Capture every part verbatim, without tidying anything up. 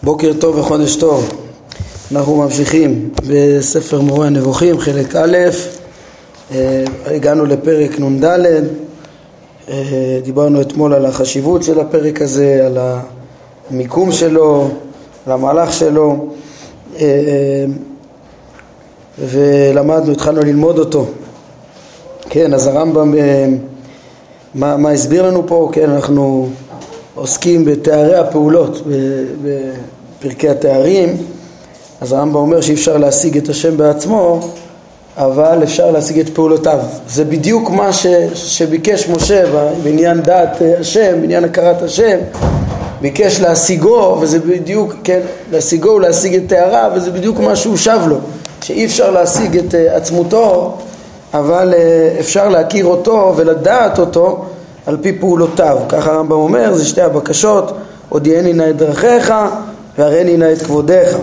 בוקר טוב וחודש טוב. אנחנו ממשיכים בספר מורה הנבוכים, חלק א', הגענו לפרק נ"ד. דיברנו אתמול על החשיבות של הפרק הזה, על המיקום שלו, על המהלך שלו, ולמדנו, התחלנו ללמוד אותו. כן, אז הרמב"ם, מה, מה הסביר לנו פה? כן, אנחנו עוסקים בתארי הפעולות, בפרקי התארים. אז הרמב"ם אומר שאי אפשר להשיג את השם בעצמו, אבל אפשר להשיג את פעולותיו. זה בדיוק מה ש, שביקש משה בעניין דעת השם, בעניין הכרת השם, ביקש להשיגו, וזה בדיוק, כן, להשיגו ולהשיג את תאריו, וזה בדיוק מה שהוא שב לו, שאי אפשר להשיג את עצמותו, אבל אפשר להכיר אותו ולדעת אותו על פי פעולותיו. ככה הרמב"ם אומר, זה שתי הבקשות, הודיעני נא את דרכיך והראני נא את כבודך.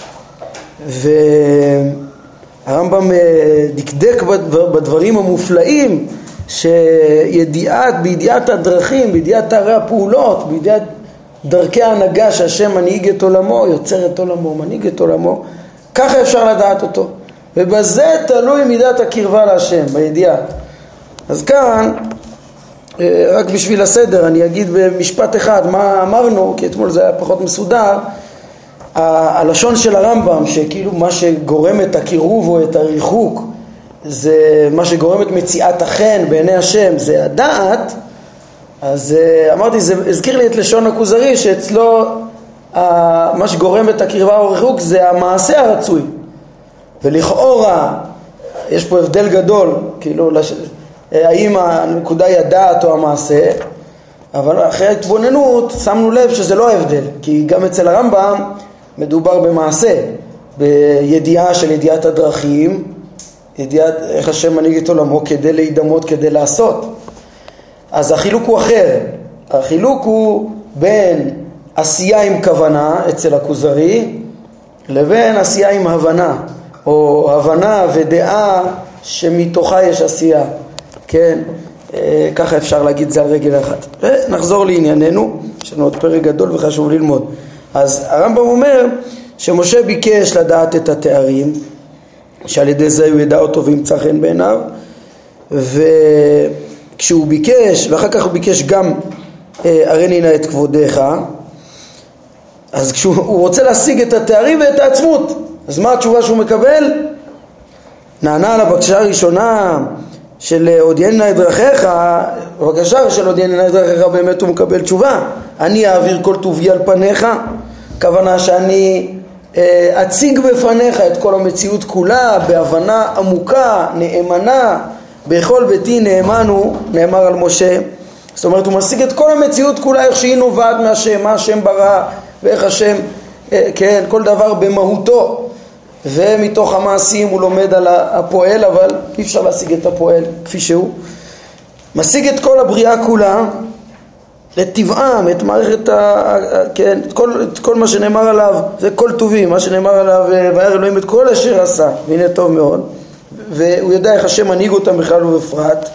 והרמב"ם דקדק בדברים המופלאים, שידיעת, בידיעת הדרכים, בידיעת תארי הפעולות, בידיעת דרכי ההנהגה שהשם מנהיג את עולמו, יוצר את עולמו, מנהיג את עולמו, ככה אפשר לדעת אותו. ובזה תלוי מידת הקרבה להשם, בידיעה. אז כאן, רק בשביל הסדר, אני אגיד במשפט אחד מה אמרנו, כי אתמול זה היה פחות מסודר. הלשון של הרמב"ם, שכאילו מה שגורם את הקירוב או את הריחוק, זה מה שגורם את מציאת החן בעיני השם, זה הדעת. אז אמרתי, זה הזכיר לי את לשון הכוזרי, שאצלו מה שגורם את הקרבה או הריחוק זה המעשה הרצוי. ולכאורה יש פה הבדל גדול, כאילו האם הנקודה היא הדעת או המעשה, אבל אחרי ההתבוננות שמנו לב שזה לא ההבדל, כי גם אצל הרמב"ם מדובר במעשה, בידיעה של ידיעת הדרכים, ידיעת איך השם מנהיג את עולמו כדי להידמות, כדי לעשות. אז החילוק הוא אחר, החילוק הוא בין עשייה עם כוונה אצל הכוזרי לבין עשייה עם הבנה, או הבנה ודעה שמתוכה יש עשייה. כן, ככה אפשר להגיד זה על רגל אחת. ונחזור לענייננו, יש לנו עוד פרק גדול וחשוב ללמוד. אז הרמב"ם אומר שמשה ביקש לדעת את התארים, שעל ידי זה הוא ידע אותו וימצא חן בעיניו, וכשהוא ביקש, ואחר כך הוא ביקש גם הראני נא את כבודך, אז כשהוא רוצה להשיג את התארים ואת העצמות, אז מה התשובה שהוא מקבל? נענה על הבקשה הראשונה של הודיעני נא את דרכיך, בבקשה של הודיעני נא את דרכיך באמת הוא מקבל תשובה. אני אעביר כל טובי על פניך, כוונה שאני אציג בפניך את כל המציאות כולה בהבנה עמוקה, נאמנה, בכל ביתי נאמנו, נאמר על משה. זאת אומרת, הוא משיג את כל המציאות כולה איך שהיא נובעת מהשם, מה השם ברא ואיך השם, כן, כל דבר במהותו. ומתוך המעשים הוא לומד על הפועל, אבל אי אפשר להשיג את הפועל כפי שהוא. משיג את כל הבריאה כולה, את טבעם, את מערכת, ה, כן, את כל, את כל מה שנאמר עליו, זה כל טובי, מה שנאמר עליו, וירא אלוהים את כל אשר עשה, והנה טוב מאוד. והוא יודע איך השם מנהיג אותם בכלל ובפרט.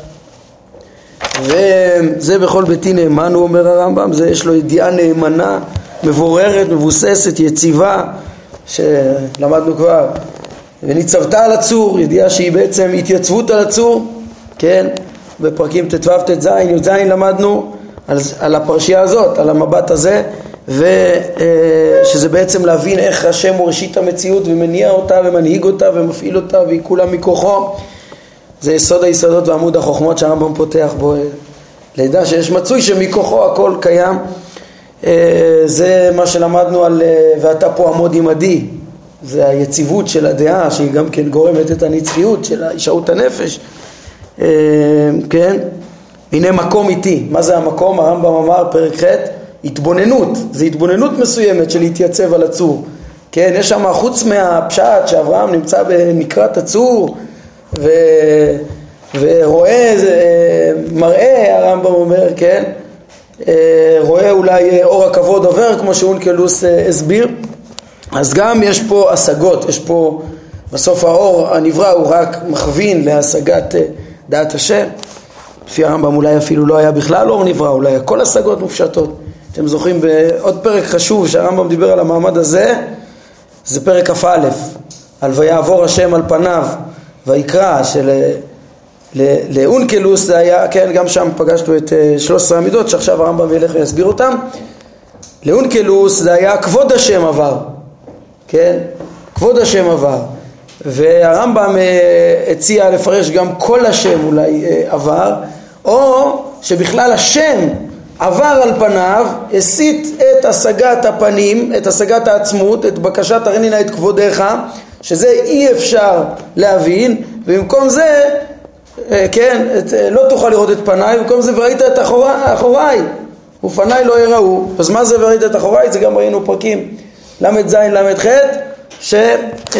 וזה בכל ביתי נאמן, הוא אומר הרמב"ם, זה יש לו ידיעה נאמנה, מבוררת, מבוססת, יציבה, שלמדנו כבר. וניצבת על הצור, ידיעה שהיא בעצם התייצבות על הצור, כן, בפרקים ט"ו ט"ז י"ז למדנו על, על הפרשייה הזאת, על המבט הזה, ושזה בעצם להבין איך השם הוא ראשית המציאות ומניע אותה ומנהיג אותה ומפעיל אותה והיא כולה מכוחו. זה יסוד היסודות ועמוד החוכמות שהרמב"ם פותח בו, לידע שיש מצוי שמכוחו הכל קיים. זה מה שלמדנו על ואתה פה עמוד עמדי, זה היציבות של הדעה שהיא גם כן גורמת את הנצחיות של הישעות הנפש. כן, הנה מקום איתי. מה זה המקום? הרמב"ם אמר פרק ח' התבוננות, זה התבוננות מסוימת של להתייצב על הצור. כן, יש שם חוץ מהפשט שאברהם נמצא בנקרת הצור ו... ורואה מראה, הרמב"ם אומר, כן, רואה אולי אור הכבוד עובר כמו שאונקלוס הסביר. אז גם יש פה השגות, יש פה בסוף האור הנברא הוא רק מכווין להשגת דעת השם. לפי הרמב"ם אולי אפילו לא היה בכלל אור נברא, אולי הכל השגות מופשטות. אתם זוכרים בעוד פרק חשוב שהרמב"ם דיבר על המעמד הזה, זה פרק כ"א, על ויעבור השם על פניו ויקרא, של לאונקלוס זה היה, כן, גם שם פגשנו את שלוש עשרה המידות שעכשיו הרמב"ם ילך ויסביר אותם. לאונקלוס זה היה כבוד השם עבר, כן, כבוד השם עבר, והרמב"ם הציע לפרש גם כל השם אולי עבר, או שבכלל השם עבר על פניו, הסיט את השגת הפנים, את השגת העצמות, את בקשת הרנינה את כבודך, שזה אי אפשר להבין, ובמקום זה, כן, את, לא תוכל לראות את פניי, במקום זה וראית את אחורי, אחוריי, ופניי לא יראו. אז מה זה וראית את אחוריי? זה גם ראינו פרקים למד זין למד חט, שאת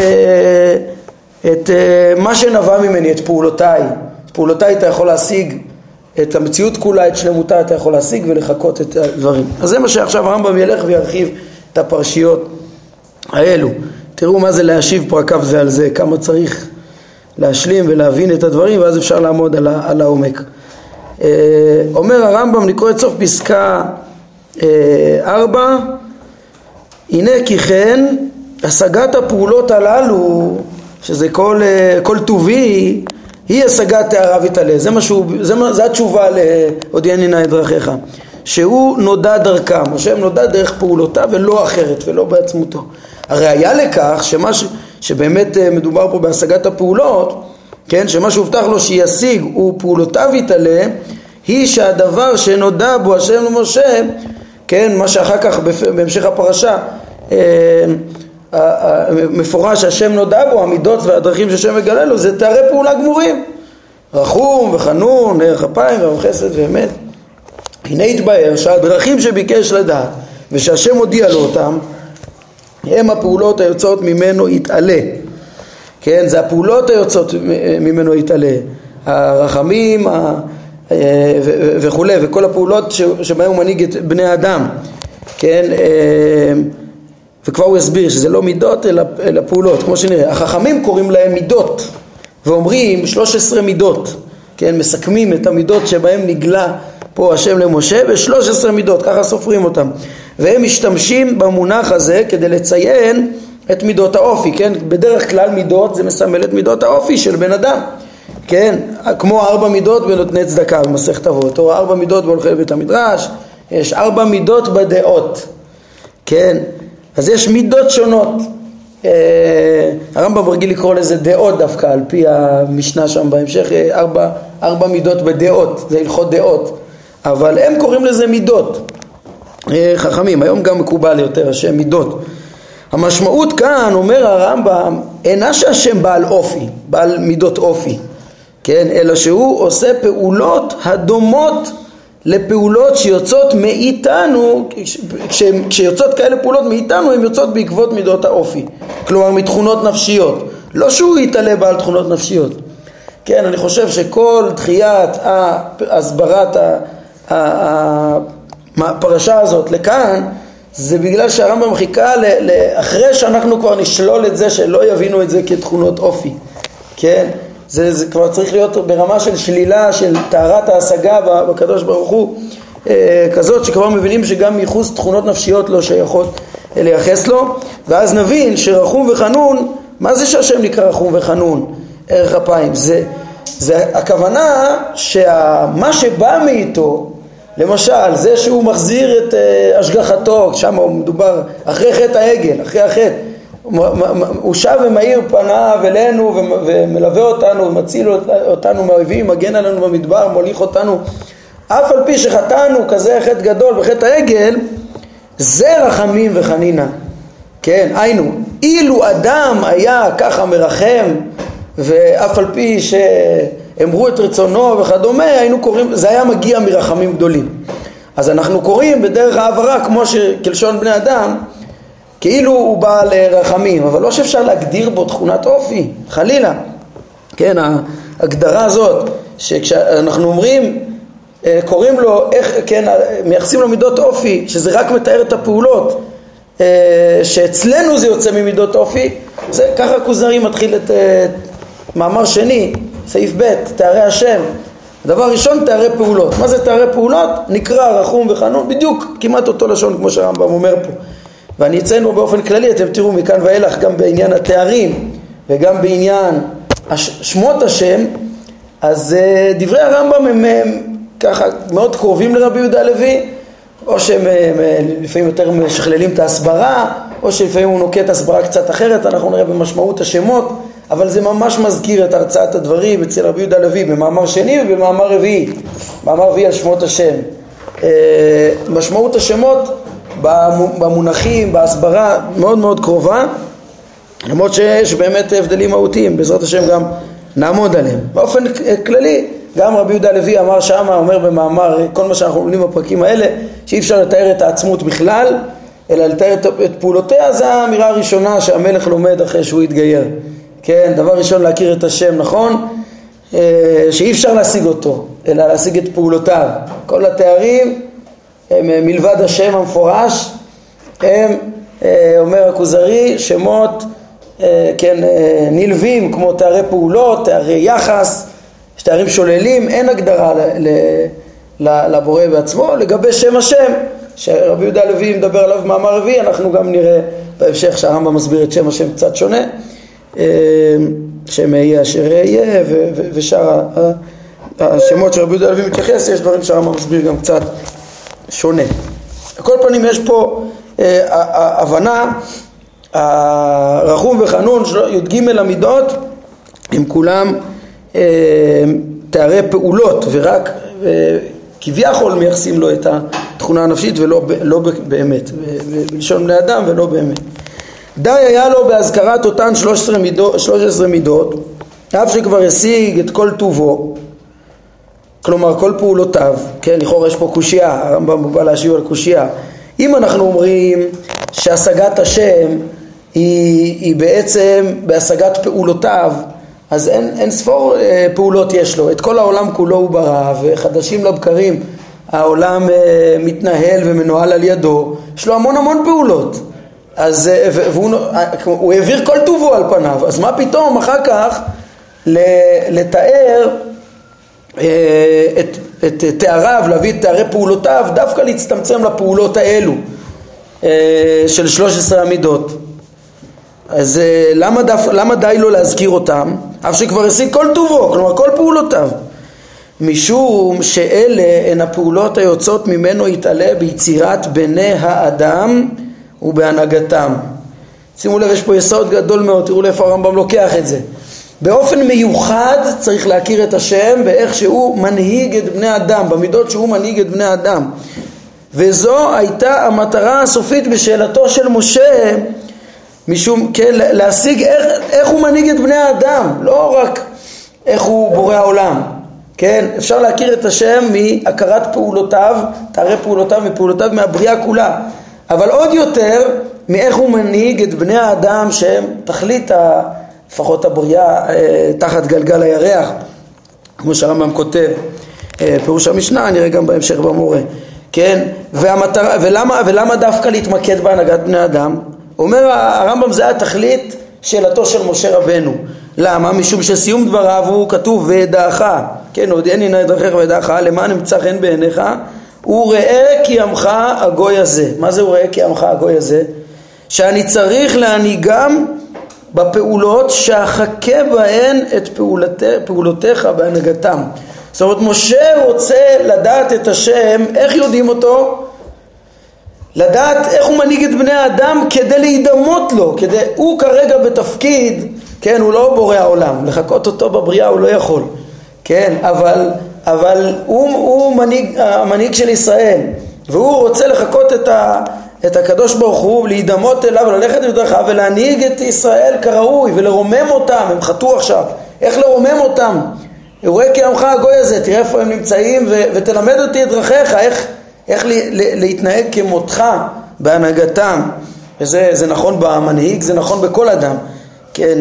מה שנבע ממני, את פעולותיי, את פעולותיי אתה יכול להשיג, את המציאות כולה, את שלמותה אתה יכול להשיג ולחכות את הדברים. אז זה מה שעכשיו הרמב"ם ילך וירחיב את הפרשיות האלו. תראו מה זה להשיב פרקיו זה על זה, כמה צריך להשלים ולהבין את הדברים, ואז אפשר לעמוד על, על העומק. אומר הרמב"ם, נקרוא את סוף פסקה ארבע, הנה כי כן השגת הפעולות הללו, שזה כל, כל טובי, היא השגת תארה ותעלה. זה משהו, זה, זה התשובה להודיעני את דרכיך, שהוא נודע דרכם, השם נודע דרך פעולותיו ולא אחרת ולא בעצמותו. הראיה לכך שמה ש... שבאמת מדובר פה בהשגת הפעולות, כן, שמה שהובטח לו שישיג הוא פעולותיו יתעלה, היא שהדבר שנודע בו השם למשה, כן, מה שאחר כך בהמשך הפרשה מפורש השם נודע בו, המידות והדרכים שהשם מגלה לו, זה תארי פעולה גמורים, רחום וחנון, ערך אפיים וחסד ואמת. הנה התבהר שהדרכים שביקש לדעת ושהשם הודיע לו אותם, הם הפעולות היוצאות ממנו יתעלה, כן, זה הפעולות היוצאות ממנו יתעלה, הרחמים וכו', וכל הפעולות שבהם הוא מנהיג את בני האדם, כן, וכבר הוא יסביר שזה לא מידות אלא, אלא פעולות, כמו שנראה. החכמים קוראים להם מידות ואומרים שלוש עשרה מידות, כן, מסכמים את המידות שבהם נגלה פה השם למשה ב-שלוש עשרה מידות, ככה סופרים אותם, והם משתמשים במונח הזה כדי לציין את מידות האופי, כן, בדרך כלל מידות זה מסמל את מידות האופי של בן אדם, כן, כמו ארבע מידות בנותני צדקה במסכת אבות, או ארבע מידות בהולכי בית המדרש, יש ארבע מידות בדעות, כן, אז יש מידות שונות. הרמב"ם רגיל לקרוא לזה דעות דווקא, על פי המשנה שם בהמשך, ארבע, ארבע מידות בדעות, זה הלכות דעות, אבל הם קוראים לזה מידות, חכמים, היום גם מקובל יותר השם מידות. המשמעות כאן, אומר הרמב"ם, אינה שהשם בעל אופי, בעל מידות אופי, כן, אלא שהוא עושה פעולות הדומות לפעולות שיוצאות מאיתנו, כשיוצאות כאלה פעולות מאיתנו, הן יוצאות בעקבות מידות האופי, כלומר מתכונות נפשיות, לא שהוא יתעלה בעל תכונות נפשיות. כן, אני חושב שכל דחיית הסברת הפרשה הזאת לכאן, זה בגלל שהרמב"ם חיכה אחרי שאנחנו כבר נשלול את זה, שלא יבינו את זה כתכונות אופי, כן? זה, זה כבר צריך להיות ברמה של שלילה, של טהרת ההשגה בקדוש ברוך הוא, אה, כזאת שכבר מבינים שגם ייחוס תכונות נפשיות לא שייכות לייחס לו, ואז נבין שרחום וחנון, מה זה שהשם נקרא רחום וחנון? ערך אפיים. זה, זה הכוונה שמה שבא מאיתו, למשל, זה שהוא מחזיר את אה, השגחתו, שם הוא מדובר אחרי חטא העגל, אחרי החטא, הוא שב ומאיר פניו אלינו ומלווה אותנו ומציל אותנו מהאויבים, מגן עלינו במדבר, מוליך אותנו אף על פי שחטאנו כזה חטא גדול בחטא העגל, זה רחמים וחנינה, כן, היינו, אילו אדם היה ככה מרחם ואף על פי שאמרו את רצונו וכדומה, היינו קוראים, זה היה מגיע מרחמים גדולים. אז אנחנו קוראים בדרך העברה כמו שכלשון בני אדם, כאילו הוא בא לרחמים, אבל לא שאפשר להגדיר בו תכונת אופי, חלילה. כן, ההגדרה הזאת, שכשאנחנו אומרים, קוראים לו, איך, כן, מייחסים לו מידות אופי, שזה רק מתאר את הפעולות, שאצלנו זה יוצא ממידות אופי, זה ככה כוזרי מתחיל את מאמר שני, סעיף ב', תארי השם, הדבר הראשון, תארי פעולות. מה זה תארי פעולות? נקרא רחום וחנון, בדיוק כמעט אותו לשון כמו שהרמב"ם אומר פה. ואני אציין בו באופן כללי, אתם תראו מכאן ואילך גם בעניין התארים וגם בעניין שמות השם, אז דברי הרמב"ם הם, הם ככה מאוד קרובים לרבי יהודה הלוי, או שהם לפעמים יותר משכללים את ההסברה, או שלפעמים הוא נוקט הסברה קצת אחרת, אנחנו נראה במשמעות השמות, אבל זה ממש מזכיר את הרצאת הדברים אצל רבי יהודה הלוי במאמר שני ובמאמר רביעי, מאמר רביעי על שמות השם. משמעות השמות במונחים, בהסברה מאוד מאוד קרובה, למרות שיש באמת הבדלים מהותיים, בעזרת השם גם נעמוד עליהם. באופן כללי, גם רבי יהודה הלוי אמר שמה, אומר במאמר, כל מה שאנחנו לומדים בפרקים האלה, שאי אפשר לתאר את העצמות בכלל, אלא לתאר את פעולותיה. זו האמירה הראשונה שהמלך לומד אחרי שהוא יתגייר. כן, דבר ראשון להכיר את השם, נכון? שאי אפשר להשיג אותו, אלא להשיג את פעולותיו. כל התארים הם מלבד השם המפורש, הם, אומר הכוזרי, שמות כן, נלווים כמו תארי פעולות, תארי יחס, תארים שוללים, אין הגדרה לבורא בעצמו. לגבי שם השם, שרבי יהודה הלוי מדבר עליו במאמר רביעי, אנחנו גם נראה בהמשך שהרמב"ם מסביר את שם השם קצת שונה, שם יהיה אשר יהיה, ושאר השמות שרבי יהודה הלוי מתייחס, יש דברים שהרמב"ם מסביר גם קצת שונה. על כל פנים יש פה הבנה, הרחום וחנון, י"ג המידות, הם כולם תארי פעולות, ורק כביכול מייחסים לו את התכונה הנפשית ולא לא באמת, בלשון בני אדם ולא באמת. די היה לו בהזכרת אותן שלוש עשרה מידות, שלוש עשרה מידות, אף שכבר השיג את כל טובו, כלומר כל פעולותיו. כן, לכאורה יש פה קושיה, הרמב"ם בא להשיב על קושיה. אם אנחנו אומרים שהשגת השם היא, היא בעצם בהשגת פעולותיו, אז אין, אין ספור אה, פעולות יש לו. את כל העולם כולו הוא ברא, וחדשים לבקרים העולם אה, מתנהל ומנוהל על ידו. יש לו המון המון פעולות. אז אה, והוא הוא העביר כל טובו על פניו. אז מה פתאום אחר כך לתאר אה, את, את תאריו, להביא את תארי פעולותיו, דווקא להצטמצם לפעולות האלו אה, של שלוש עשרה המידות. אז למה, דף, למה די לו להזכיר אותם? אף שכבר השיג כל טובו, כלומר כל פעולותיו. משום שאלה הן הפעולות היוצאות ממנו יתעלה ביצירת בני האדם ובהנהגתם. שימו לב, יש פה יסוד גדול מאוד, תראו לאיפה הרמב"ם לוקח את זה. באופן מיוחד צריך להכיר את השם באיך שהוא מנהיג את בני אדם, במידות שהוא מנהיג את בני אדם. וזו הייתה המטרה הסופית בשאלתו של משה, משום, כן, להשיג איך, איך הוא מנהיג את בני האדם, לא רק איך הוא בורא העולם. כן, אפשר להכיר את השם מהכרת פעולותיו, תארי פעולותיו, מפעולותיו, מהבריאה כולה. אבל עוד יותר, מאיך הוא מנהיג את בני האדם שהם תכלית, לפחות הבריאה, תחת גלגל הירח, כמו שהרמב"ם כותב, פירוש המשנה, נראה גם בהמשך במורה. כן, והמטרה, ולמה, ולמה דווקא להתמקד בהנהגת בני אדם? אומר הרמב"ם, זה התכלית שאלתו של משה רבנו. למה? משום שסיום דבריו הוא כתוב וידעך, כן, הודיעני נא את דרכיך וידעך, למען אמצא חן בעיניך, וראה כי עמך הגוי הזה. מה זה וראה כי עמך הגוי הזה? שאני צריך להנהיגם בפעולות שאחכה בהן את פעולתי, פעולותיך בהנהגתם. זאת אומרת, משה רוצה לדעת את השם. איך יודעים אותו? לדעת איך הוא מנהיג את בני האדם כדי להידמות לו, כדי, הוא כרגע בתפקיד, כן, הוא לא בורא העולם, לחכות אותו בבריאה הוא לא יכול, כן, אבל, אבל הוא, הוא מנהיג, המנהיג של ישראל, והוא רוצה לחכות את, ה, את הקדוש ברוך הוא, להידמות אליו, ללכת בדרכיו ולהנהיג את ישראל כראוי ולרומם אותם. הם חטאו עכשיו, איך לרומם אותם? וראה כי עמך הגוי הזה, תראה איפה הם נמצאים ו, ותלמד אותי את דרכיך, איך איך להתנהג כמותך בהנהגתם. וזה זה נכון במנהיג, זה נכון בכל אדם. כן,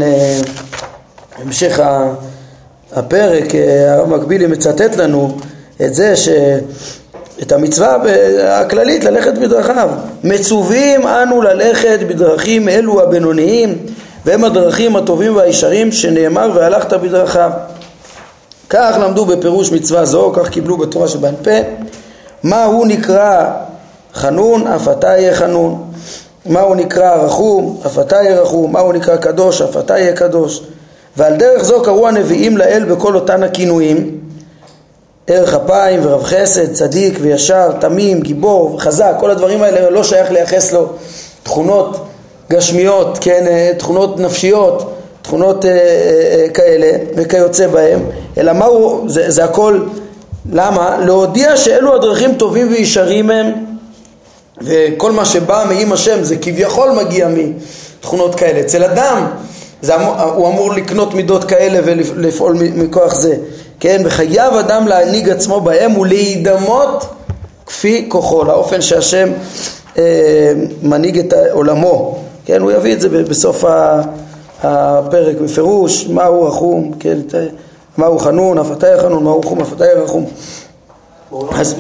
המשך הפרק, הרב מקבילי מצטט לנו את זה, שאת המצווה הכללית ללכת בדרכיו. מצווים אנו ללכת בדרכים אלו הבינוניים, והם הדרכים הטובים והישרים שנאמר והלכת בדרכיו. כך למדו בפירוש מצווה זו, כך קיבלו בתורה שבעל פה. מה הוא נקרא חנון, אף אתה יהיה חנון. מה הוא נקרא רחום, אף אתה יהיה רחום. מה הוא נקרא קדוש, אף אתה יהיה קדוש. ועל דרך זו קראו הנביאים לאל בכל אותן הכינויים, ערך אפיים ורב חסד, צדיק וישר, תמים, גיבור וחזק. כל הדברים האלה לא שייך לייחס לו תכונות גשמיות, כן, תכונות נפשיות, תכונות אה, אה, כאלה וכיוצא בהם, אלא מה הוא, זה, זה הכל, למה? להודיע שאלו הדרכים טובים וישרים הם, וכל מה שבא מעם השם זה כביכול מגיע מתכונות כאלה. אצל אדם זה, הוא אמור לקנות מידות כאלה ולפעול מכוח זה, כן, וחייב אדם להנהיג עצמו בהם ולהידמות כפי כוחו, לאופן שהשם אה, מנהיג את עולמו, כן, הוא יביא את זה בסוף הפרק בפירוש, מהו רחום, כן, מהו חנון, אף אתה יהיה חנון, מהו רחום, אף אתה יהיה רחום. אז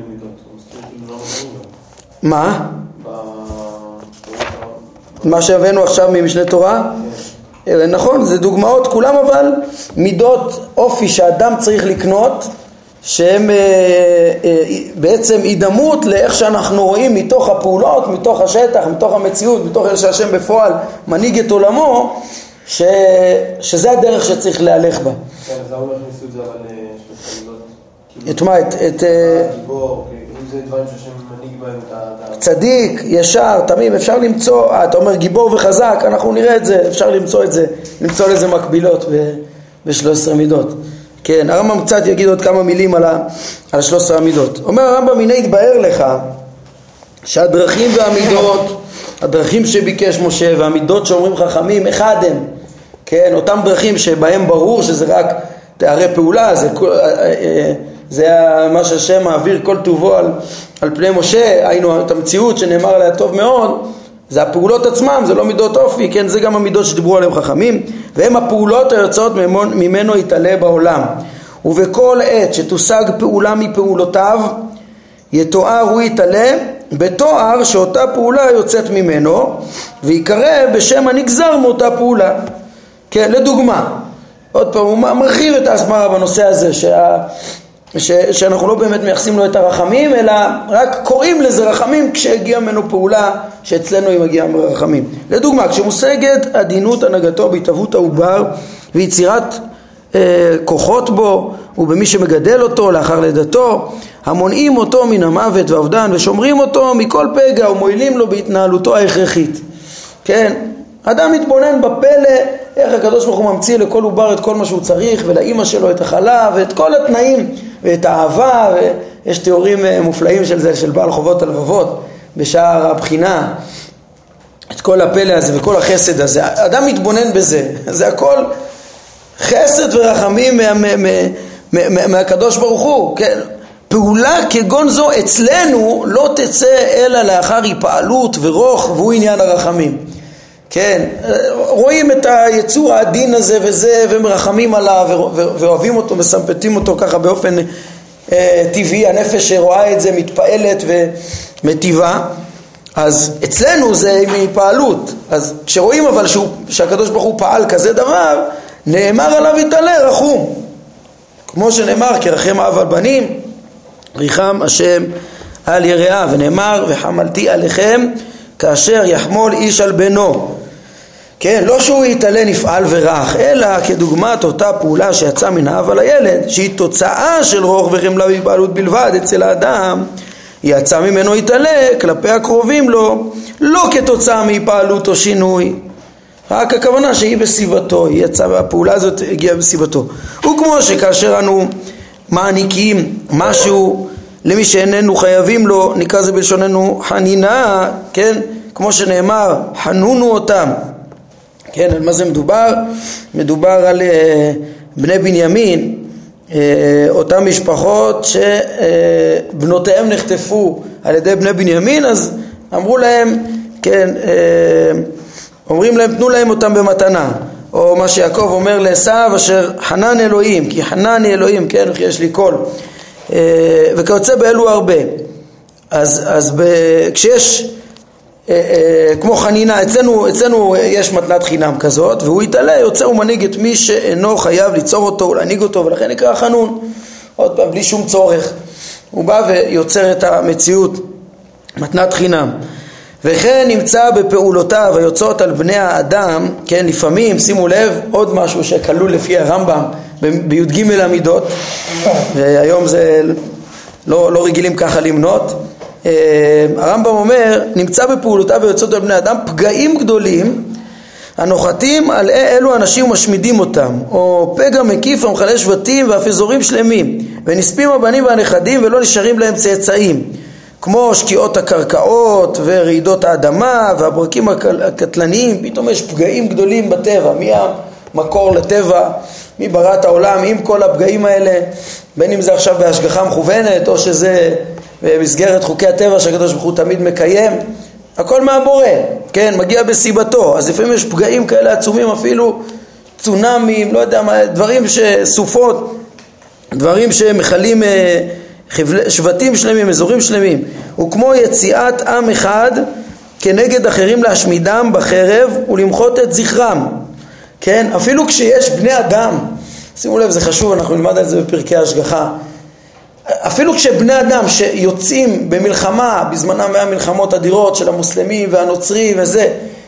מה? מה שהבאנו עכשיו ממשנה תורה? נכון, זה דוגמאות כולם, אבל מידות אופי שאדם צריך לקנות, שהם בעצם הידמות לאיך שאנחנו רואים מתוך הפעולות, מתוך השטח, מתוך המציאות, מתוך איך שהשם בפועל מנהיג את עולמו, ש... שזה הדרך שצריך להלך בה. כן, אז למה לא הכניסו את זה אבל שלוש מידות? את מה? את... גיבור, אם זה דברים שהשם מנהיג בהם את ה... צדיק, ישר, תמים, אפשר למצוא, אתה אומר גיבור וחזק, אנחנו נראה את זה, אפשר למצוא את זה, למצוא לזה מקבילות ב-שלוש עשרה מידות. כן, הרמב"ם קצת יגיד עוד כמה מילים על, ה, על שלוש עשרה המידות. אומר הרמב"ם, הנה יתבהר לך שהדרכים והמידות, הדרכים שביקש משה והמידות שאומרים חכמים, אחד הם, כן, אותם דרכים שבהם ברור שזה רק תארי פעולה, זה, זה מה שהשם מעביר כל טובו על, על פני משה, היינו את המציאות שנאמר עליה טוב מאוד, זה הפעולות עצמם, זה לא מידות אופי, כן, זה גם המידות שדיברו עליהם חכמים, והם הפעולות היוצאות ממנו יתעלה בעולם. ובכל עת שתושג פעולה מפעולותיו, יתואר הוא יתעלה בתואר שאותה פעולה יוצאת ממנו, ויקרא בשם הנגזר מאותה פעולה. כן, לדוגמה, עוד פעם, הוא מרחיב את ההסברה בנושא הזה, שה... ש... שאנחנו לא באמת מייחסים לו את הרחמים, אלא רק קוראים לזה רחמים כשהגיע ממנו פעולה שאצלנו היא מגיעה מרחמים. לדוגמה, כשמושגת עדינות הנהגתו בהתהוות העובר ויצירת אה, כוחות בו ובמי שמגדל אותו לאחר לידתו, המונעים אותו מן המוות והאובדן ושומרים אותו מכל פגע ומועילים לו בהתנהלותו ההכרחית. כן, אדם מתבונן בפלא איך הקדוש ברוך הוא ממציא לכל עובר את כל מה שהוא צריך, ולאמא שלו את החלב ואת כל התנאים ואת האהבה, ויש תיאורים מופלאים של זה, של בעל חובות הלבבות בשער הבחינה, את כל הפלא הזה וכל החסד הזה. אדם מתבונן בזה, זה הכל חסד ורחמים מה, מה, מה, מה, מהקדוש ברוך הוא. כן? פעולה כגון זו אצלנו לא תצא אלא לאחר היפעלות ורוך, והוא עניין הרחמים. כן, רואים את היצור העדין הזה וזה, ומרחמים עליו ואוהבים אותו, מסמפתים אותו ככה באופן אה, טבעי, הנפש שרואה את זה מתפעלת ומטיבה. אז אצלנו זה מפעלות. אז כשרואים אבל שהוא, שהקדוש ברוך הוא פעל כזה דבר, נאמר עליו יתעלה רחום, כמו שנאמר כרחם אב על בנים ריחם השם על יראה, ונאמר וחמלתי עליכם כאשר יחמול איש על בנו. כן, לא שהוא יתעלה נפעל ורח, אלא כדוגמת אותה פעולה שיצאה מן האב על הילד, שהיא תוצאה של רוח וחמלה והתפעלות בלבד אצל האדם, יצא ממנו יתעלה כלפי הקרובים לו, לא כתוצאה מהתפעלות או שינוי, רק הכוונה שהיא בסביבתו, היא יצאה, הפעולה הזאת הגיעה בסביבתו. וכמו שכאשר אנו מעניקים משהו למי שאיננו חייבים לו, נקרא זה בלשוננו חנינה, כן, כמו שנאמר חנונו אותם. כן, על מה זה מדובר? מדובר על uh, בני בנימין, uh, אותם משפחות שבנותיהם uh, נחטפו על ידי בני בנימין, אז אמרו להם, כן, uh, אומרים להם תנו להם אותם במתנה, או מה שיעקב אומר לעשיו אשר חנן אלוהים, כי חנני אלוהים, כן, וכי יש לי קול, uh, וכיוצא באלו הרבה. אז, אז ב, כשיש כמו חנינה, אצלנו, אצלנו יש מתנת חינם כזאת, והוא יתעלה, יוצא ומנהיג את מי שאינו חייב ליצור אותו ולהנהיג אותו, ולכן נקרא חנון, עוד פעם, בלי שום צורך. הוא בא ויוצר את המציאות, מתנת חינם. וכן נמצא בפעולותיו היוצאות על בני האדם, כן, לפעמים, שימו לב, עוד משהו שכלול לפי הרמב"ם בי"ג המידות, והיום זה לא, לא רגילים ככה למנות. הרמב"ם אומר, נמצא בפעולותיו היוצאות על בני האדם פגעים גדולים הנוחתים על אלו אנשים ומשמידים אותם, או פגע מקיף המחלל שבטים ואף אזורים שלמים, ונספים הבנים והנכדים ולא נשארים להם צאצאים, כמו שקיעות הקרקעות ורעידות האדמה והברקים הקטלניים. פתאום יש פגעים גדולים בטבע. מי המקור לטבע? מי ברא את העולם עם כל הפגעים האלה? בין אם זה עכשיו בהשגחה מכוונת או שזה במסגרת חוקי הטבע שהקדוש ברוך הוא תמיד מקיים, הכל מהבורא, כן, מגיע בסיבתו. אז לפעמים יש פגעים כאלה עצומים, אפילו צונאמים, לא יודע מה, דברים שסופות, דברים שמחלים שבטים שלמים, אזורים שלמים. הוא כמו יציאת עם אחד כנגד אחרים להשמידם בחרב ולמחות את זכרם, כן, אפילו כשיש בני אדם, שימו לב, זה חשוב, אנחנו נלמד על זה בפרקי ההשגחה, אפילו כשבני אדם שיוצאים במלחמה, בזמנם מהמלחמות אדירות של המוסלמים והנוצרים וזה,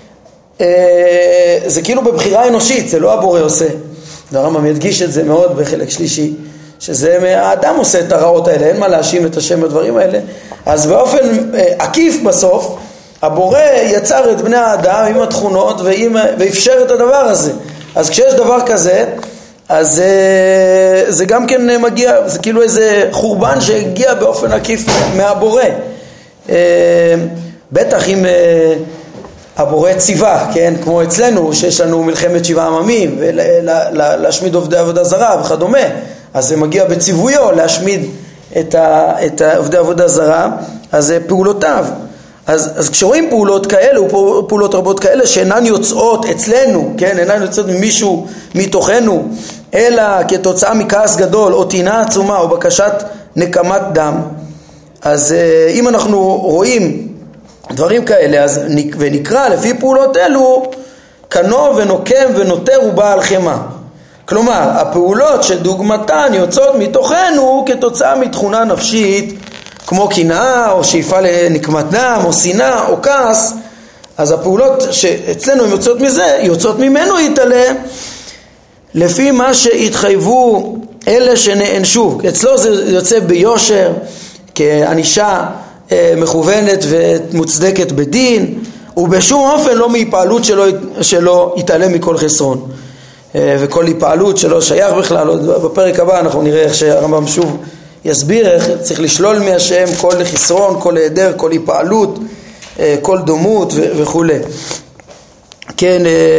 זה כאילו בבחירה אנושית, זה לא הבורא עושה. הרמב"ם ידגיש את זה מאוד בחלק שלישי, שזה האדם עושה את הרעות האלה, אין מה להאשים את השם בדברים האלה. אז באופן עקיף בסוף, הבורא יצר את בני האדם עם התכונות ועם, ואפשר את הדבר הזה. אז כשיש דבר כזה, אז זה, זה גם כן מגיע, זה כאילו איזה חורבן שהגיע באופן עקיף מהבורא. בטח אם הבורא ציווה, כן, כמו אצלנו שיש לנו מלחמת שבעה עממים ולהשמיד עובדי עבודה זרה וכדומה, אז זה מגיע בציוויו להשמיד את, ה, את עובדי עבודה זרה, אז זה פעולותיו. אז, אז כשרואים פעולות כאלה, פעולות רבות כאלה שאינן יוצאות אצלנו, כן, אינן יוצאות ממישהו מתוכנו, אלא כתוצאה מכעס גדול או טינה עצומה או בקשת נקמת דם, אז אם אנחנו רואים דברים כאלה, אז ונקרא לפי פעולות אלו קנו ונוקם ונותר ובעל חמה. כלומר, הפעולות שדוגמתן יוצאות מתוכנו כתוצאה מתכונה נפשית, כמו קנאה או שאיפה לנקמת דם או שנאה או כעס, אז הפעולות שאצלנו יוצאות מזה, יוצאות ממנו יתעלה לפי מה שהתחייבו אלה שנענשו. אצלו זה יוצא ביושר, כאנישה מכוונת ומוצדקת בדין, ובשום אופן לא מהיפעלות שלו, שלו יתעלה מכל חסרון. וכל היפעלות שלו שייך בכלל. בפרק הבא אנחנו נראה איך שהרמב"ם שוב יסביר איך צריך לשלול מהשם כל חסרון, כל היעדר, כל היפעלות, כל דומות וכו'. כן,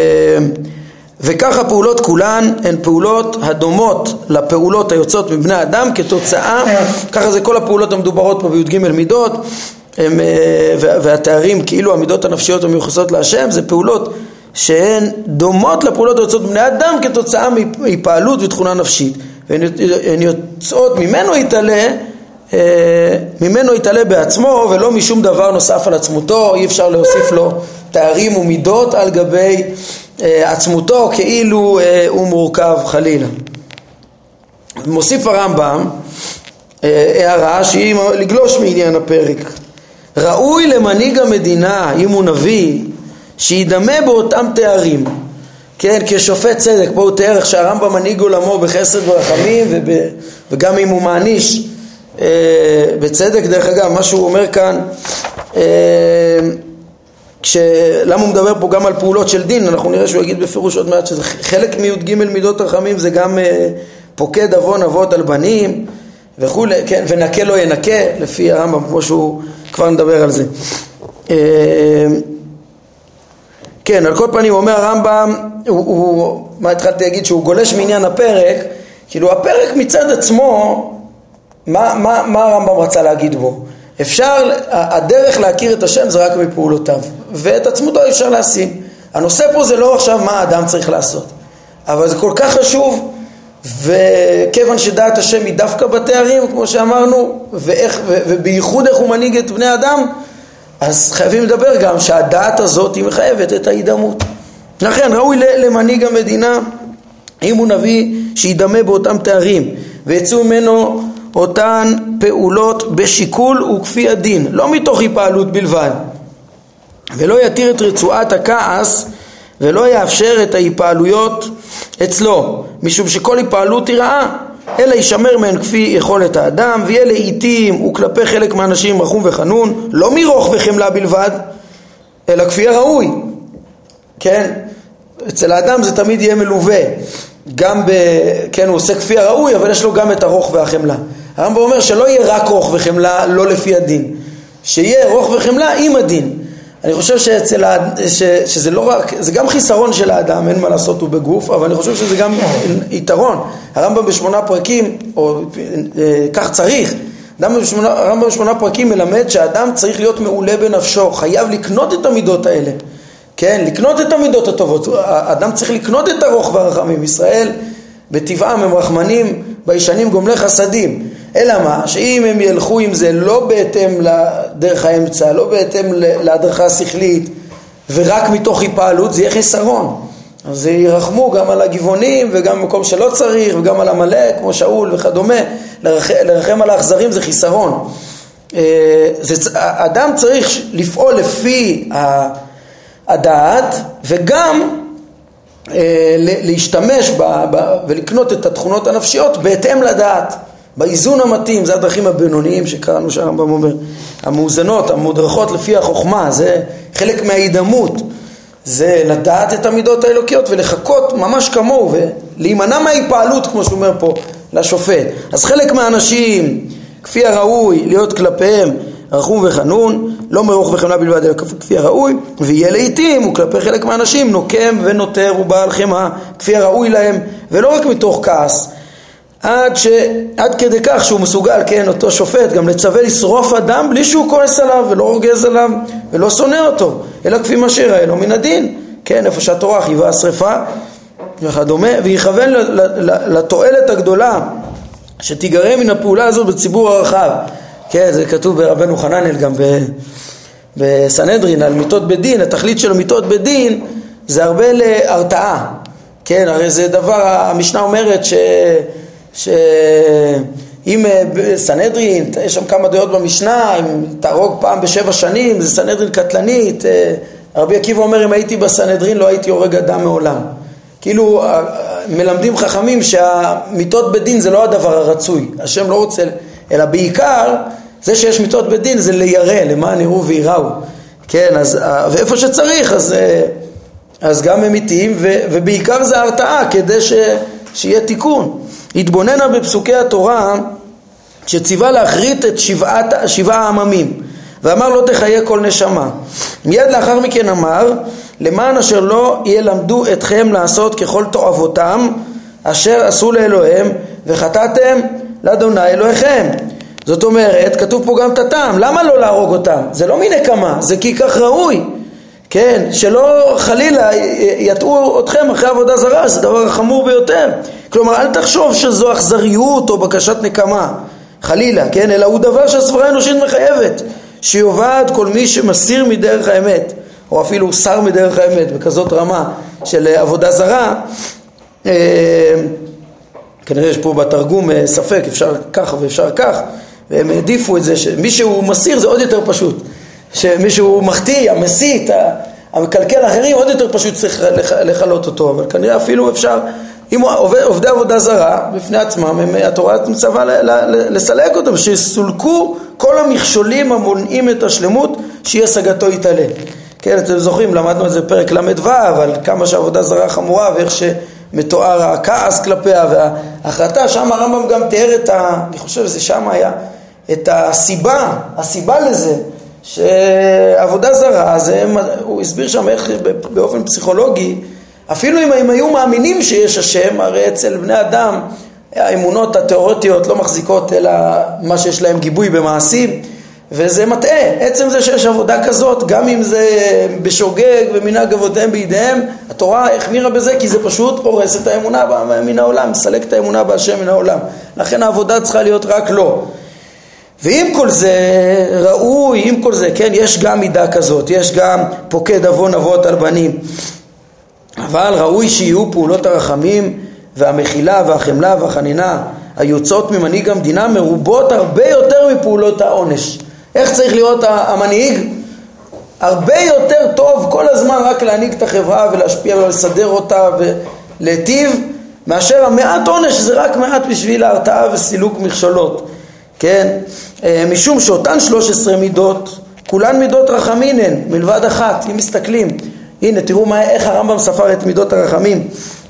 וככה פעולות כולן הן פעולות הדומות לפעולות היוצאות מבני אדם כתוצאה, ככה זה כל הפעולות המדוברות פה בי"ג מידות, הם, והתארים כאילו המידות הנפשיות המיוחסות להשם, זה פעולות שהן דומות לפעולות היוצאות מבני אדם כתוצאה מהיפעלות ותכונה נפשית, והן יוצאות ממנו יתעלה, ממנו יתעלה בעצמו ולא משום דבר נוסף על עצמותו. אי אפשר להוסיף לו תארים ומידות על גבי עצמותו כאילו הוא מורכב חלילה. מוסיף הרמב"ם הערה שהיא לגלוש מעניין הפרק. ראוי למנהיג המדינה, אם הוא נביא, שידמה באותם תארים, כן, כשופט צדק. פה הוא תאר איך שהרמב"ם מנהיג עולמו בחסד ורחמים, וב, וגם אם הוא מעניש אה, בצדק. דרך אגב, מה שהוא אומר כאן, אה, כש, למה הוא מדבר פה גם על פעולות של דין, אנחנו נראה שהוא יגיד בפירוש עוד מעט שזה חלק מי"ג מידות רחמים, זה גם אה, פוקד אבון אבות על בנים וכו', כן, ונקה לא ינקה לפי הרמב"ם, כמו שהוא כבר נדבר על זה. אה, כן, על כל פנים הוא אומר הרמב"ם, הוא, הוא, מה התחלתי להגיד, שהוא גולש מעניין הפרק, כאילו הפרק מצד עצמו, מה, מה, מה הרמב"ם רצה להגיד בו? אפשר, הדרך להכיר את השם זה רק בפעולותיו, ואת עצמותו אפשר להשים. הנושא פה זה לא עכשיו מה האדם צריך לעשות, אבל זה כל כך חשוב, וכיוון שדעת השם היא דווקא בתארים, כמו שאמרנו, ואיך, ובייחוד איך הוא מנהיג את בני אדם, אז חייבים לדבר גם שהדעת הזאת היא מחייבת את ההידמות. לכן ראוי למנהיג המדינה, אם הוא נביא, שידמה באותם תארים ויצאו ממנו אותן פעולות בשיקול וכפי הדין, לא מתוך היפעלות בלבד, ולא יתיר את רצועת הכעס ולא יאפשר את ההיפעלויות אצלו, משום שכל היפעלות היא רעה, אלא ישמר מהן כפי יכולת האדם, ויהיה לעיתים וכלפי חלק מהאנשים רחום וחנון, לא מרוך וחמלה בלבד, אלא כפי הראוי. כן, אצל האדם זה תמיד יהיה מלווה, גם ב... כן, הוא עושה כפי הראוי, אבל יש לו גם את הרוך והחמלה. הרמב"ם אומר שלא יהיה רק רוך וחמלה לא לפי הדין, שיהיה רוך וחמלה עם הדין. אני חושב שאצל ה... ש... שזה לא רק, זה גם חיסרון של האדם, אין מה לעשות הוא בגוף, אבל אני חושב שזה גם יתרון. הרמב"ם בשמונה פרקים, או כך צריך, בשמונה... הרמב"ם בשמונה פרקים מלמד שהאדם צריך להיות מעולה בנפשו, חייב לקנות את המידות האלה. כן, לקנות את המידות הטובות. האדם צריך לקנות את הרוך והרחמים. ישראל בטבעם הם רחמנים, בישנים גומלי חסדים. אלא מה? שאם הם ילכו עם זה לא בהתאם לדרך האמצע, לא בהתאם להדרכה השכלית, ורק מתוך היפעלות, זה יהיה חיסרון. אז זה ירחמו גם על הגבעונים וגם במקום שלא צריך, וגם על המלאק כמו שאול וכדומה. לרחם על האכזרים זה חיסרון. זה, האדם צריך לפעול לפי הדעת, וגם אה, להשתמש ב, ב, ולקנות את התכונות הנפשיות בהתאם לדעת, באיזון המתאים. זה הדרכים הבינוניים שקראנו שהרמב"ם אומר, המאוזנות, המודרכות לפי החוכמה, זה חלק מההידמות, זה לדעת את המידות האלוקיות ולחכות ממש כמוהו ולהימנע מההיפעלות כמו שאומר פה לשופט. אז חלק מהאנשים כפי הראוי להיות כלפיהם רחום וחנון, לא מרוך וחמלה בלבד, אלא כפי הראוי, ויהיה לעיתים וכלפי חלק מהאנשים נוקם ונותר ובעל חמאה כפי הראוי להם, ולא רק מתוך כעס, עד, ש... עד כדי כך שהוא מסוגל, כן, אותו שופט גם לצווה לשרוף אדם בלי שהוא כועס עליו ולא רוגז עליו ולא שונא אותו, אלא כפי מה שיראה לו מן הדין, כן, איפה שהתורה חייבה שריפה וכדומה, ויכוון לתועלת הגדולה שתיגרם מן הפעולה הזאת בציבור הרחב. כן, זה כתוב ברבנו חננאל גם בסנהדרין על מיתות בדין. התכלית של מיתות בדין זה הרבה להרתעה. כן, הרי זה דבר, המשנה אומרת ש... שאם בסנהדרין, יש שם כמה דעות במשנה, אם תהרוג פעם בשבע שנים, זה סנהדרין קטלנית. רבי עקיבא אומר, אם הייתי בסנהדרין לא הייתי הורג אדם מעולם. כאילו מלמדים חכמים שהמיתות בדין זה לא הדבר הרצוי, השם לא רוצה, אלא בעיקר זה שיש מיתות בדין זה לירא, למען יראו ויראו. כן, אז ואיפה שצריך אז, אז גם ממיתים, ובעיקר זה הרתעה כדי ש, שיהיה תיקון. התבוננה בפסוקי התורה שציווה להחריט את שבעת, שבעה העממים, ואמר לא תחיה כל נשמה. מיד לאחר מכן אמר למען אשר לא ילמדו אתכם לעשות ככל תועבותם אשר עשו לאלוהים וחטאתם לאדוני אלוהיכם. זאת אומרת, כתוב פה גם את הטעם, למה לא להרוג אותם? זה לא מנקמה, זה כי כך ראוי, כן, שלא חלילה יטעו אתכם אחרי עבודה זרה, זה דבר חמור ביותר. כלומר, אל תחשוב שזו אכזריות או בקשת נקמה, חלילה, כן, אלא הוא דבר שהסברה האנושית מחייבת, שיובד כל מי שמסיר מדרך האמת, או אפילו שר מדרך האמת, בכזאת רמה של עבודה זרה. כנראה יש פה בתרגום ספק, אפשר כך ואפשר כך, והם העדיפו את זה, שמי שהוא מסיר זה עוד יותר פשוט, שמי שהוא מחטיא, המסית, המקלקל אחרים, עוד יותר פשוט צריך לחלות אותו, אבל כנראה אפילו אפשר, אם עובדי עבודה זרה בפני עצמם, התורה מצווה לסלק אותם, שסולקו כל המכשולים המונעים את השלמות, שהיא השגתו יתעלה. כן, אתם זוכרים, למדנו את זה פרק למד ו, אבל כמה שעבודה זרה חמורה, ואיך שמתואר הכעס כלפיה וההחלטה, שם הרמב"ם גם תיאר את ה... אני חושב שזה שם היה, את הסיבה, הסיבה לזה, שעבודה זרה, זה, הוא הסביר שם איך באופן פסיכולוגי, אפילו אם הם היו מאמינים שיש השם, הרי אצל בני אדם, האמונות התיאורטיות לא מחזיקות אלא מה שיש להם גיבוי במעשים, וזה מטעה. עצם זה שיש עבודה כזאת, גם אם זה בשוגג ומנהג אבותיהם בידיהם, התורה החמירה בזה כי זה פשוט הורס את האמונה מן העולם, מסלק את האמונה בהשם מן העולם. לכן העבודה צריכה להיות רק לא. ועם כל זה ראוי, עם כל זה, כן, יש גם מידה כזאת, יש גם פוקד אבון אבות על בנים, אבל ראוי שיהיו פעולות הרחמים והמחילה והחמלה והחנינה היוצאות ממנהיג המדינה מרובות הרבה יותר מפעולות העונש. איך צריך להיות המנהיג? הרבה יותר טוב כל הזמן רק להנהיג את החברה ולהשפיע ולסדר אותה ולהטיב, מאשר המעט עונש זה רק מעט בשביל ההרתעה וסילוק מכשולות. כן? משום שאותן שלוש עשרה מידות, כולן מידות רחמים הן, מלבד אחת. אם מסתכלים, הנה תראו מה, איך הרמב"ם ספר את מידות הרחמים.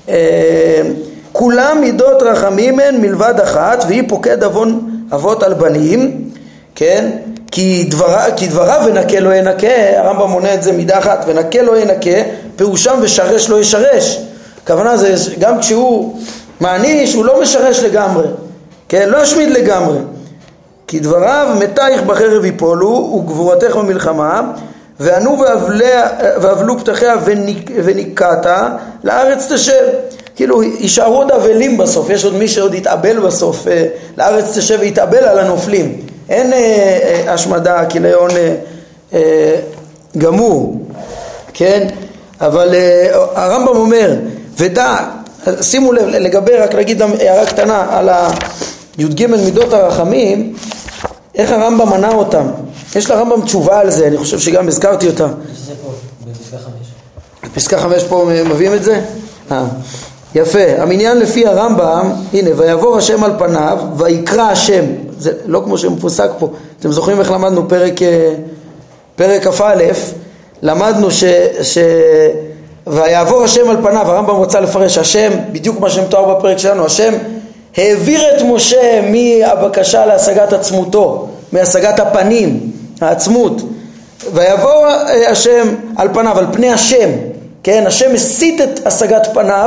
כולם מידות רחמים הן מלבד אחת, והיא פוקד אבון אבות על בנים, כן? כי, דברה, כי דבריו ונקה לא ינקה, הרמב"ם מונה את זה מידה אחת, ונקה לא ינקה, פירושם ושרש לא ישרש. הכוונה זה גם כשהוא מעניש, הוא לא משרש לגמרי, כן? לא ישמיד לגמרי. כי דבריו מתייך בחרב יפולו וגבורתך במלחמה, וענו ואבלו פתחיה וניקתה לארץ תשב. כאילו יישארו עוד אבלים בסוף, יש עוד מי שעוד יתאבל בסוף, לארץ תשב ויתאבל על הנופלים. אין אה, אה, השמדה, כיליון אה, אה, גמור, כן? אבל אה, הרמב"ם אומר, ודע, שימו לב, לגבי, רק להגיד הערה קטנה על הי"ג מידות הרחמים, איך הרמב"ם מנה אותם. יש לרמב"ם תשובה על זה, אני חושב שגם הזכרתי אותה. זה פה, בפסקה חמש. בפסקה חמש פה מביאים את זה? אה. יפה, המניין לפי הרמב"ם, הנה, ויעבור השם על פניו, ויקרא השם, זה לא כמו שמפוסק פה, אתם זוכרים איך למדנו פרק, פרק כ"א, למדנו ש, ש... ויעבור השם על פניו, הרמב"ם רוצה לפרש, השם, בדיוק מה שמתואר בפרק שלנו, השם העביר את משה מהבקשה להשגת עצמותו, מהשגת הפנים, העצמות, ויעבור השם על פניו, על פני השם, כן, השם הסית את השגת פניו,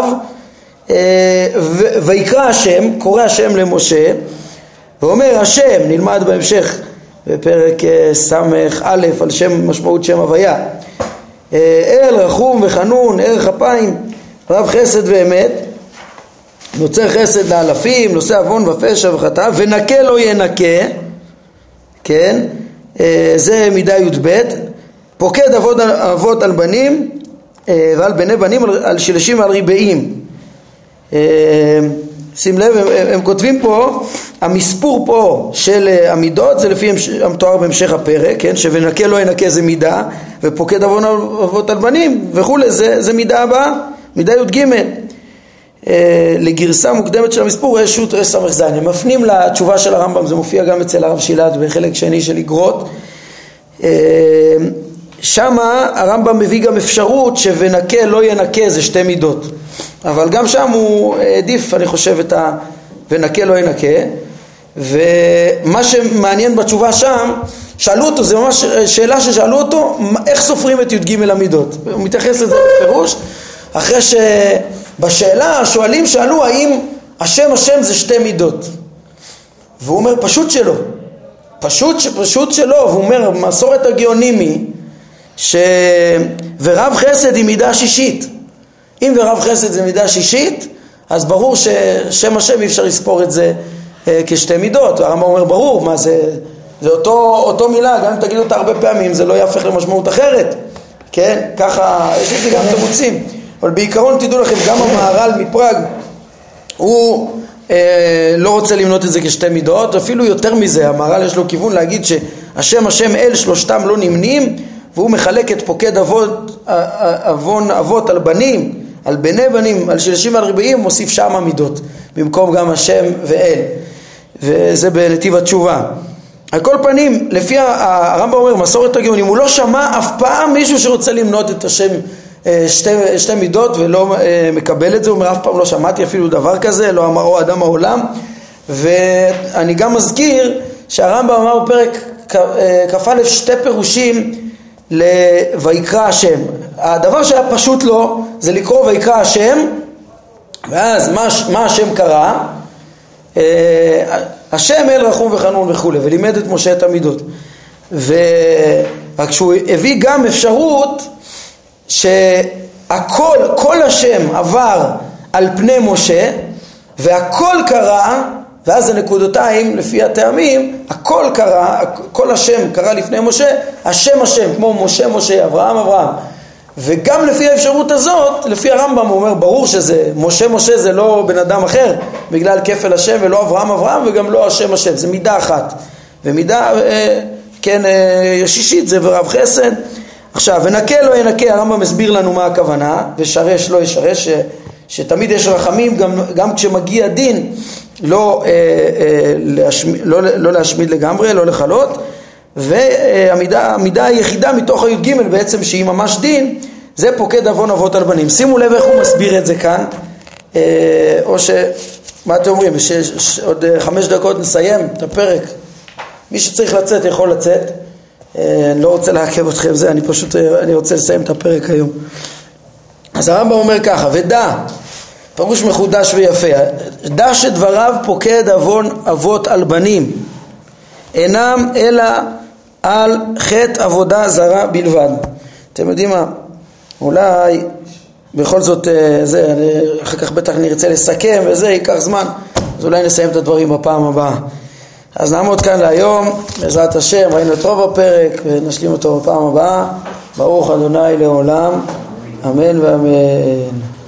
ויקרא השם, קורא השם למשה, ואומר השם, נלמד בהמשך בפרק סמך א' על שם, משמעות שם הוויה, אל רחום וחנון, ערך אפיים, רב חסד ואמת, נוצר חסד לאלפים, נושא עוון ופשע וחטא, ונקה לא ינקה, כן, זה מידה י"ב, פוקד אבות, אבות על בנים ועל בני בנים, על שלשים ועל ריבעים. שים לב, הם, הם כותבים פה, המספור פה של המידות זה לפי המתואר בהמשך הפרק, כן? שוונקה לא ינקה זה מידה, ופוקד אבות, אבות על בנים וכו', זה, זה מידה הבאה, מידה י"ג. לגרסה מוקדמת של המספור יש שו"ת רס"ז, הם מפנים לתשובה של הרמב"ם, זה מופיע גם אצל הרב שילת בחלק שני של אגרות. שמה הרמב"ם מביא גם אפשרות שוונקה לא ינקה זה שתי מידות, אבל גם שם הוא העדיף, אני חושב, את הוונקה לא ינקה. ומה שמעניין בתשובה שם, שאלו אותו, זה ממש שאלה ששאלו אותו, איך סופרים את י"ג המידות, הוא מתייחס לזה בפירוש, אחרי שבשאלה השואלים שאלו האם השם השם זה שתי מידות, והוא אומר פשוט שלא, פשוט, פשוט שלא, והוא אומר מסורת הגאונים ש... ורב חסד היא מידה שישית. אם ורב חסד זה מידה שישית, אז ברור ששם השם אי אפשר לספור את זה אה, כשתי מידות. הרמב"ם אומר ברור, מה זה, זה אותו, אותו מילה, גם אם תגיד אותה הרבה פעמים זה לא יהפך למשמעות אחרת, כן? ככה, יש לזה גם תמוצים, אבל בעיקרון תדעו לכם, גם המהר"ל מפראג הוא אה, לא רוצה למנות את זה כשתי מידות, אפילו יותר מזה, המהר"ל יש לו כיוון להגיד שהשם השם אל שלושתם לא נמנים, והוא מחלק את פוקד אבות, אבון אבות על בנים, על בני בנים, על שלשים ועל ריבעים, מוסיף שם המידות, במקום גם השם ואל, וזה בנתיב התשובה. על כל פנים, לפי הרמב"ם אומר, מסורת הגאונים, הוא לא שמע אף פעם מישהו שרוצה למנות את השם שתי, שתי מידות ולא מקבל את זה, הוא אומר אף פעם לא שמעתי אפילו דבר כזה, לא אמרו אדם העולם. ואני גם מזכיר שהרמב"ם אמר בפרק כ"א שתי פירושים לויקרא השם. הדבר שהיה פשוט לו זה לקרוא ויקרא השם, ואז מה, מה השם קרא? השם אל רחום וחנון וכו', ולימד את משה את המידות. ורק שהוא הביא גם אפשרות שהכל, כל השם עבר על פני משה, והכל קרה, ואז הנקודותיים לפי הטעמים, הכל קרה, כל השם קרה לפני משה, השם השם, כמו משה משה, אברהם אברהם. וגם לפי האפשרות הזאת, לפי הרמב"ם הוא אומר, ברור שזה, משה משה זה לא בן אדם אחר, בגלל כפל השם, ולא אברהם אברהם, וגם לא השם השם, זה מידה אחת. ומידה, כן, שישית זה ורב חסד. עכשיו, ונקה לא ינקה, הרמב"ם מסביר לנו מה הכוונה, ושרש לא ישרש, ש, שתמיד יש רחמים, גם, גם כשמגיע דין, לא, אה, אה, להשמיד, לא, לא להשמיד לגמרי, לא לחלות. והמידה היחידה מתוך הי"ג בעצם שהיא ממש דין, זה פוקד עוון אבות על בנים. שימו לב איך הוא מסביר את זה כאן, אה, או ש... מה אתם אומרים? עוד חמש דקות נסיים את הפרק. מי שצריך לצאת יכול לצאת. אה, אני לא רוצה לעכב אתכם זה, אני פשוט אני רוצה לסיים את הפרק היום. אז הרמב"ם אומר ככה, ודע, פירוש מחודש ויפה, דע שדבריו פוקד עוון אבות על בנים, אינם אלא על חטא עבודה זרה בלבד. אתם יודעים מה? אולי בכל זאת זה, אחר כך בטח נרצה לסכם וזה ייקח זמן, אז אולי נסיים את הדברים בפעם הבאה. אז נעמוד כאן להיום, בעזרת השם, ראינו את רוב הפרק ונשלים אותו בפעם הבאה. ברוך אדוני לעולם, אמן ואמן.